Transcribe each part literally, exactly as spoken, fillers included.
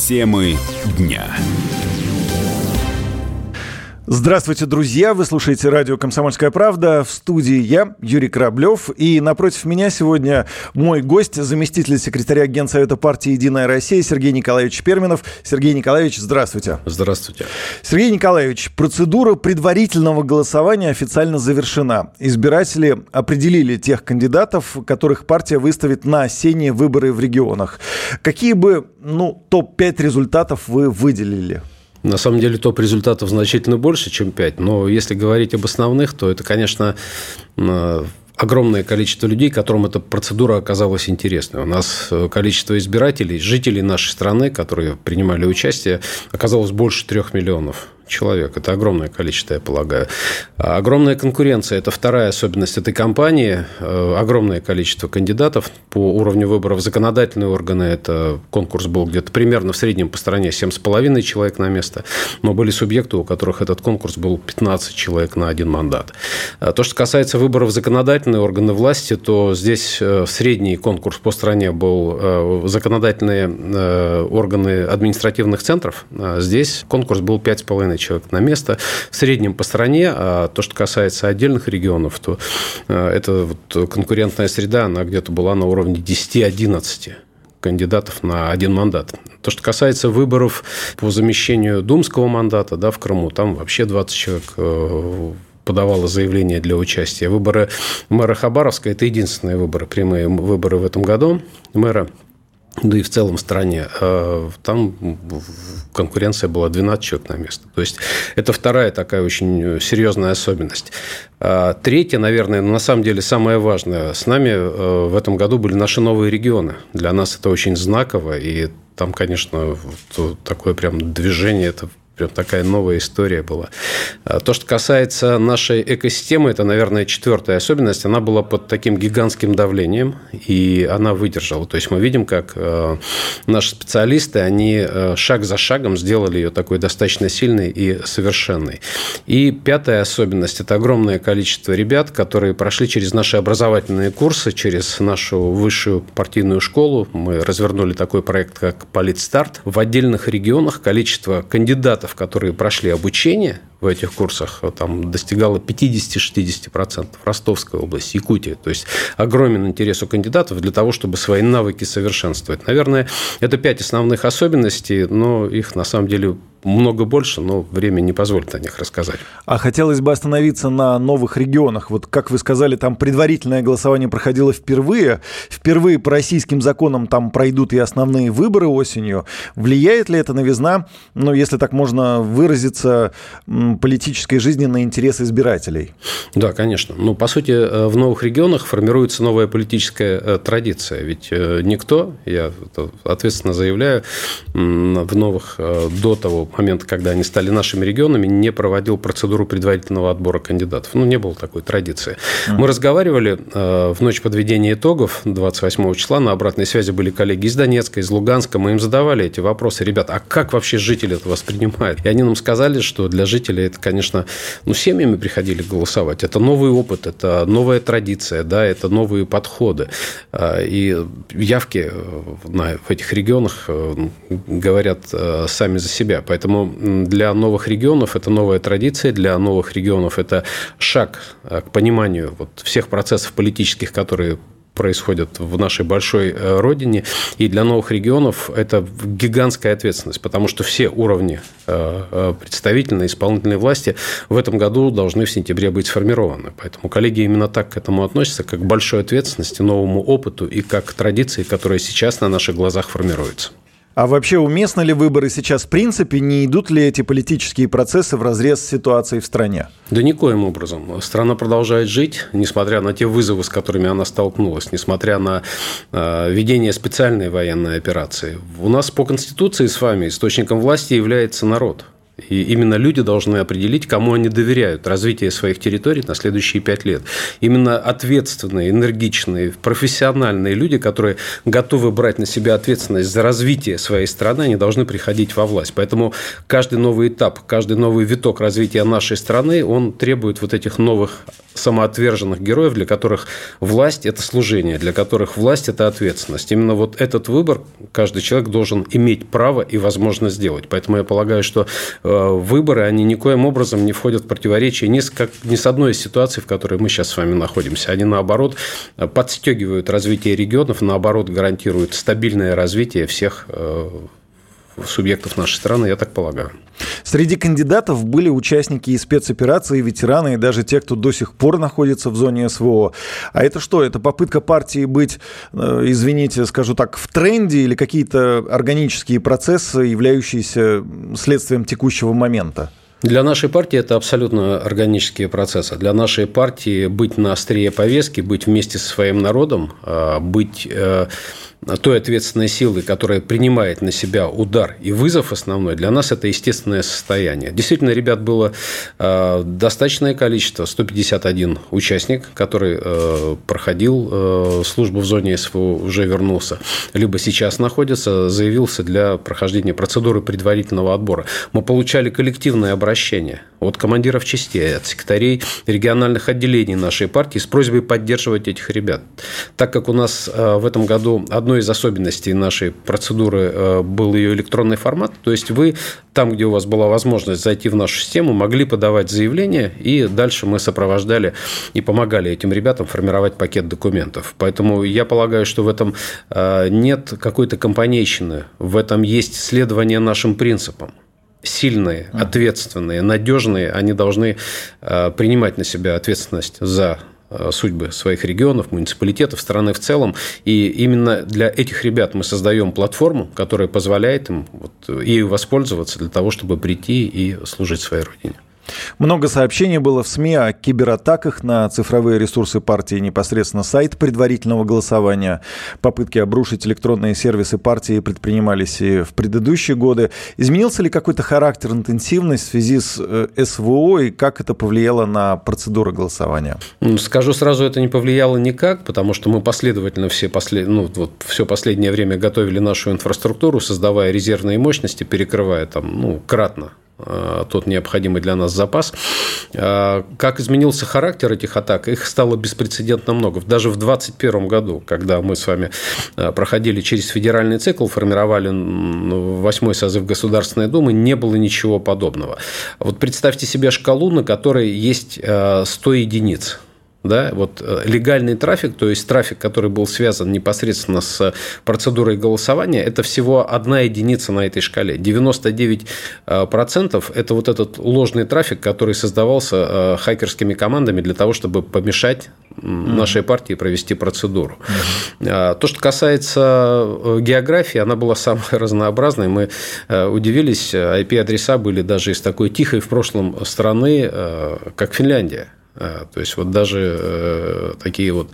Темы дня. Здравствуйте, друзья! Вы слушаете радио «Комсомольская правда». В студии я, Юрий Кораблев. И напротив меня сегодня мой гость, заместитель секретаря Генсовета партии «Единая Россия» Сергей Николаевич Перминов. Сергей Николаевич, здравствуйте. Здравствуйте. Сергей Николаевич, процедура предварительного голосования официально завершена. Избиратели определили тех кандидатов, которых партия выставит на осенние выборы в регионах. Какие бы, ну, топ пять результатов вы выделили? На самом деле топ результатов значительно больше, чем пять. Но если говорить об основных, то это, конечно, огромное количество людей, которым эта процедура оказалась интересной. У нас количество избирателей, жителей нашей страны, которые принимали участие, оказалось больше трех миллионов человек. Это огромное количество, я полагаю. Огромная конкуренция – это вторая особенность этой кампании. Огромное количество кандидатов по уровню выборов. Законодательные органы – это конкурс был где-то примерно в среднем по стране семь с половиной человек на место. Но были субъекты, у которых этот конкурс был пятнадцать человек на один мандат. То, что касается выборов законодательные органы власти, то здесь средний конкурс по стране был законодательные органы административных центров. Здесь конкурс был пять с половиной человек на место. В среднем по стране, а то, что касается отдельных регионов, то эта вот конкурентная среда, она где-то была на уровне десять-одиннадцать кандидатов на один мандат. То, что касается выборов по замещению думского мандата, да, в Крыму, там вообще двадцать человек подавало заявление для участия. Выборы мэра Хабаровска – это единственные выборы, прямые выборы в этом году мэра, да и в целом в стране. Там конкуренция была двенадцать человек на место. То есть, это вторая такая очень серьезная особенность. Третья, наверное, на самом деле самое важное. С нами в этом году были наши новые регионы. Для нас это очень знаково. И там, конечно, такое прям движение, это прям такая новая история была. То, что касается нашей экосистемы, это, наверное, четвертая особенность. Она была под таким гигантским давлением, и она выдержала. То есть, мы видим, как наши специалисты, они шаг за шагом сделали ее такой достаточно сильной и совершенной. И пятая особенность – это огромное количество ребят, которые прошли через наши образовательные курсы, через нашу высшую партийную школу. Мы развернули такой проект, как «Политстарт». В отдельных регионах количество кандидатов, которые прошли обучение в этих курсах, там достигало пятьдесят-шестьдесят процентов. Ростовская область, Якутия. То есть, огромен интерес у кандидатов для того, чтобы свои навыки совершенствовать. Наверное, это пять основных особенностей, но их на самом деле много больше, но время не позволит о них рассказать. А хотелось бы остановиться на новых регионах. Вот, как вы сказали, там предварительное голосование проходило впервые. Впервые по российским законам там пройдут и основные выборы осенью. Влияет ли эта новизна, ну, если так можно выразиться, политической жизни на интересы избирателей? Да, конечно. Ну, по сути, в новых регионах формируется новая политическая традиция. Ведь никто, я ответственно заявляю, в новых до того момента, когда они стали нашими регионами, не проводил процедуру предварительного отбора кандидатов. Ну, не было такой традиции. Mm-hmm. Мы разговаривали в ночь подведения итогов двадцать восьмого числа, на обратной связи были коллеги из Донецка, из Луганска, мы им задавали эти вопросы. Ребята, а как вообще жители это воспринимают? И они нам сказали, что для жителей это, конечно, ну, семьями приходили голосовать. Это новый опыт, это новая традиция, да, это новые подходы. И явки в этих регионах говорят сами за себя. Поэтому для новых регионов это новая традиция, для новых регионов это шаг к пониманию вот всех процессов политических, которые происходят в нашей большой родине. И для новых регионов это гигантская ответственность, потому что все уровни представительной, исполнительной власти в этом году должны в сентябре быть сформированы. Поэтому коллеги именно так к этому относятся, как к большой ответственности, новому опыту и как к традиции, которая сейчас на наших глазах формируется. А вообще уместны ли выборы сейчас в принципе? Не идут ли эти политические процессы вразрез с ситуацией в стране? Да никоим образом. Страна продолжает жить, несмотря на те вызовы, с которыми она столкнулась, несмотря на э, ведение специальной военной операции. У нас по Конституции с вами источником власти является народ. И именно люди должны определить, кому они доверяют развитие своих территорий на следующие пять лет. Именно ответственные, энергичные, профессиональные люди, которые готовы брать на себя ответственность за развитие своей страны, они должны приходить во власть. Поэтому каждый новый этап, каждый новый виток развития нашей страны, он требует вот этих новых самоотверженных героев, для которых власть – это служение, для которых власть – это ответственность. Именно вот этот выбор каждый человек должен иметь право и возможность сделать. Поэтому я полагаю, что выборы, они никоим образом не входят в противоречие ни с, как, ни с одной из ситуаций, в которой мы сейчас с вами находимся. Они, наоборот, подстегивают развитие регионов, наоборот, гарантируют стабильное развитие всех субъектов нашей страны, я так полагаю. Среди кандидатов были участники и спецоперации, и ветераны, и даже те, кто до сих пор находится в зоне СВО. А это что? Это попытка партии быть, извините, скажу так, в тренде или какие-то органические процессы, являющиеся следствием текущего момента? Для нашей партии это абсолютно органические процессы. Для нашей партии быть на острие повестки, быть вместе со своим народом, быть той ответственной силой, которая принимает на себя удар и вызов основной, для нас это естественное состояние. Действительно, ребят было достаточное количество, сто пятьдесят один участник, который проходил службу в зоне СВО, уже вернулся, либо сейчас находится, заявился для прохождения процедуры предварительного отбора. Мы получали коллективное обращение от командиров частей, от секретарей региональных отделений нашей партии с просьбой поддерживать этих ребят. Так как у нас в этом году одной из особенностей нашей процедуры был ее электронный формат, то есть вы там, где у вас была возможность зайти в нашу систему, могли подавать заявление, и дальше мы сопровождали и помогали этим ребятам формировать пакет документов. Поэтому я полагаю, что в этом нет какой-то компанейщины, в этом есть следование нашим принципам. Сильные, ответственные, надежные, они должны принимать на себя ответственность за судьбы своих регионов, муниципалитетов, страны в целом. И именно для этих ребят мы создаем платформу, которая позволяет им вот ею воспользоваться для того, чтобы прийти и служить своей родине. Много сообщений было в СМИ о кибератаках на цифровые ресурсы партии, непосредственно сайт предварительного голосования. Попытки обрушить электронные сервисы партии предпринимались и в предыдущие годы. Изменился ли какой-то характер, интенсивность в связи с СВО, и как это повлияло на процедуру голосования? Скажу сразу, это не повлияло никак, потому что мы последовательно все, послед... ну, вот, все последнее время готовили нашу инфраструктуру, создавая резервные мощности, перекрывая там, ну, кратно тот необходимый для нас запас. Как изменился характер этих атак? Их стало беспрецедентно много. Даже в две тысячи двадцать первом году, когда мы с вами проходили через федеральный цикл, формировали восьмой созыв Государственной Думы, не было ничего подобного. Вот представьте себе шкалу, на которой есть сто единиц. Да, вот легальный трафик, то есть трафик, который был связан непосредственно с процедурой голосования, это всего одна единица на этой шкале. девяносто девять процентов это вот этот ложный трафик, который создавался хакерскими командами для того, чтобы помешать нашей партии провести процедуру. Mm-hmm. То, что касается географии, она была самой разнообразной. Мы удивились, ай пи-адреса были даже из такой тихой в прошлом страны, как Финляндия. То есть, вот даже э, такие вот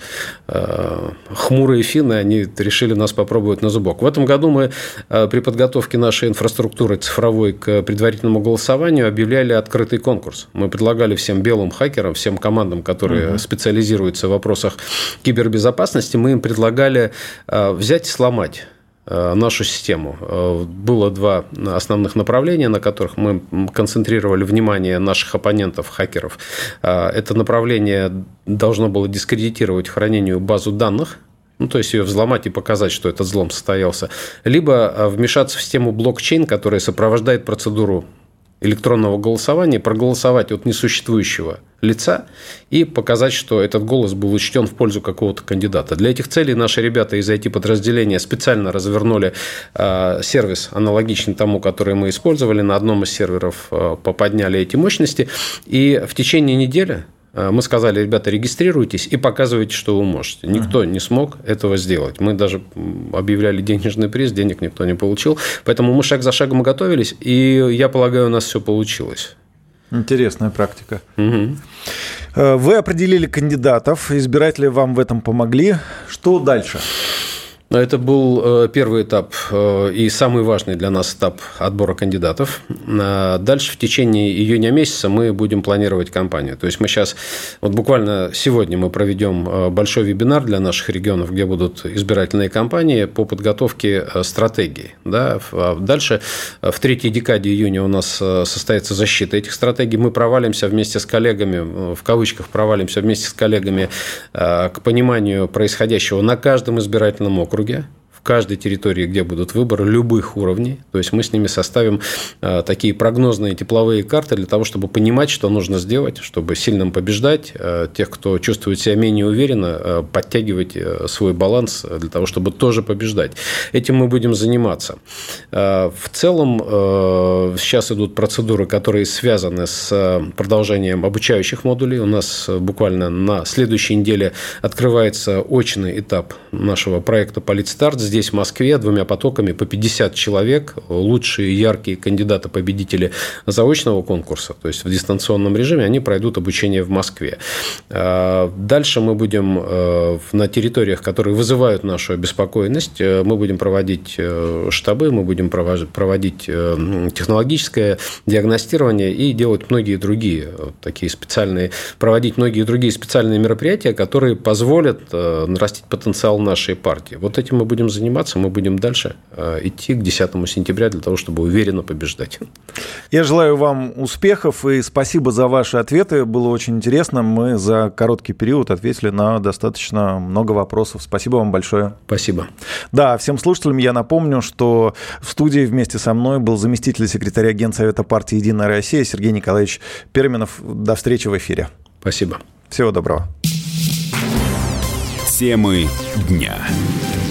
э, хмурые финны, они решили нас попробовать на зубок. В этом году мы э, при подготовке нашей инфраструктуры цифровой к предварительному голосованию объявляли открытый конкурс. Мы предлагали всем белым хакерам, всем командам, которые uh-huh. специализируются в вопросах кибербезопасности, мы им предлагали э, взять и сломать нашу систему. Было два основных направления, на которых мы концентрировали внимание наших оппонентов, хакеров. Это направление должно было дискредитировать хранению базу данных, ну, то есть ее взломать и показать, что этот взлом состоялся, либо вмешаться в систему блокчейн, которая сопровождает процедуру электронного голосования, проголосовать от несуществующего лица и показать, что этот голос был учтен в пользу какого-то кандидата. Для этих целей наши ребята из ай ти-подразделения специально развернули э, сервис, аналогичный тому, который мы использовали. На одном из серверов э, поподняли эти мощности. И в течение недели мы сказали: ребята, регистрируйтесь и показывайте, что вы можете. Никто не смог этого сделать. Мы даже объявляли денежный приз, денег никто не получил. Поэтому мы шаг за шагом готовились, и я полагаю, у нас все получилось. Интересная практика. Угу. Вы определили кандидатов, избиратели вам в этом помогли. Что дальше? Это был первый этап и самый важный для нас этап отбора кандидатов. Дальше в течение июня месяца мы будем планировать кампанию. То есть мы сейчас, вот буквально сегодня мы проведем большой вебинар для наших регионов, где будут избирательные кампании по подготовке стратегии. Да? Дальше в третьей декаде июня у нас состоится защита этих стратегий. Мы провалимся вместе с коллегами, в кавычках провалимся вместе с коллегами к пониманию происходящего на каждом избирательном округе. В каждой территории, где будут выборы любых уровней. То есть мы с ними составим э, такие прогнозные тепловые карты для того, чтобы понимать, что нужно сделать, чтобы сильным побеждать, э, тех, кто чувствует себя менее уверенно, э, подтягивать э, свой баланс для того, чтобы тоже побеждать. Этим мы будем заниматься. Э, в целом э, сейчас идут процедуры, которые связаны с продолжением обучающих модулей. У нас буквально на следующей неделе открывается очный этап нашего проекта «Политстарт». Здесь, в Москве, двумя потоками по пятьдесят человек, лучшие яркие кандидаты-победители заочного конкурса, то есть в дистанционном режиме, они пройдут обучение в Москве. Дальше мы будем на территориях, которые вызывают нашу обеспокоенность, мы будем проводить штабы, мы будем проводить технологическое диагностирование и делать многие другие такие специальные, проводить многие другие специальные мероприятия, которые позволят нарастить потенциал нашей партии. Вот этим мы будем заниматься, мы будем дальше идти к десятому сентября для того, чтобы уверенно побеждать. Я желаю вам успехов и спасибо за ваши ответы. Было очень интересно. Мы за короткий период ответили на достаточно много вопросов. Спасибо вам большое. Спасибо. Да, всем слушателям я напомню, что в студии вместе со мной был заместитель секретаря Генсовета партии «Единая Россия» Сергей Николаевич Перминов. До встречи в эфире. Спасибо. Всего доброго. Темы дня.